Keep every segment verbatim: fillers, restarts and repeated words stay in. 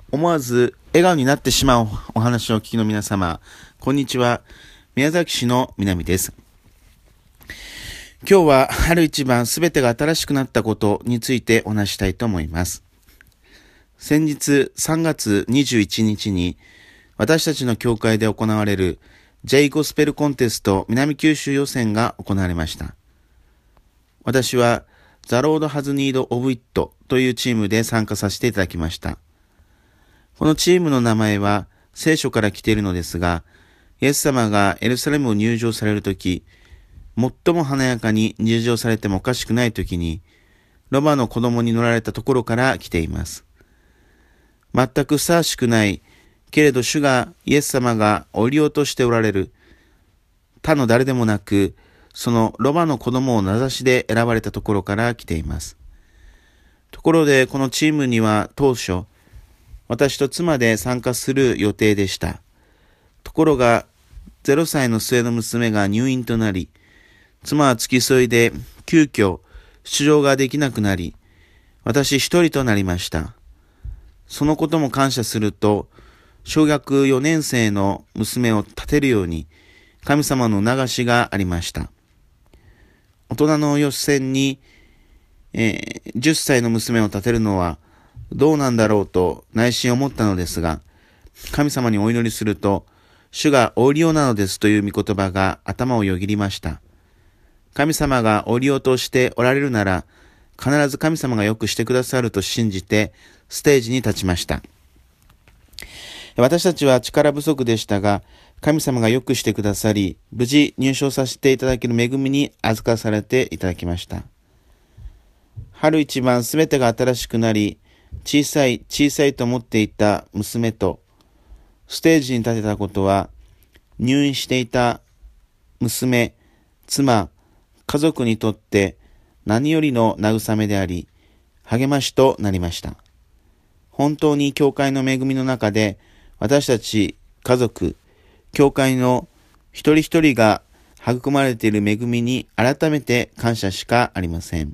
思わず笑顔になってしまうお話をお聞きの皆様、こんにちは。宮崎市の南です。今日は春一番すべてが新しくなったことについてお話したいと思います。先日さんがつにじゅういちにちに私たちの教会で行われる J ゴスペルコンテスト南九州予選が行われました。私は The Lord Has Need of It というチームで参加させていただきました。このチームの名前は聖書から来ているのですが、イエス様がエルサレムを入場されるとき、最も華やかに入場されてもおかしくないときに、ロバの子供に乗られたところから来ています。全くふさわしくない、けれど主がイエス様が降りようとしておられる、他の誰でもなく、そのロバの子供を名指しで選ばれたところから来ています。ところでこのチームには当初、私と妻で参加する予定でした。ところが、ゼロさいの末の娘が入院となり、妻は付き添いで急遽出場ができなくなり、私一人となりました。そのことも感謝すると、小学よねんせいの娘を立てるように、神様の促しがありました。大人の予選に、えー、じゅっさいの娘を立てるのは、どうなんだろうと内心思ったのですが、神様にお祈りすると、主がお降りようなのですという御言葉が頭をよぎりました。神様が降りようとしておられるなら、必ず神様がよくしてくださると信じて、ステージに立ちました。私たちは力不足でしたが、神様がよくしてくださり、無事入賞させていただける恵みに預かされていただきました。春一番すべてが新しくなり、小さい小さいと思っていた娘とステージに立てたことは、入院していた娘、妻、家族にとって何よりの慰めであり、励ましとなりました。本当に教会の恵みの中で、私たち家族、教会の一人一人が育まれている恵みに改めて感謝しかありません。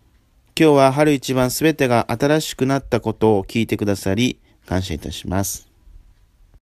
今日は春一番すべてが新しくなったことを聞いてくださり感謝いたします。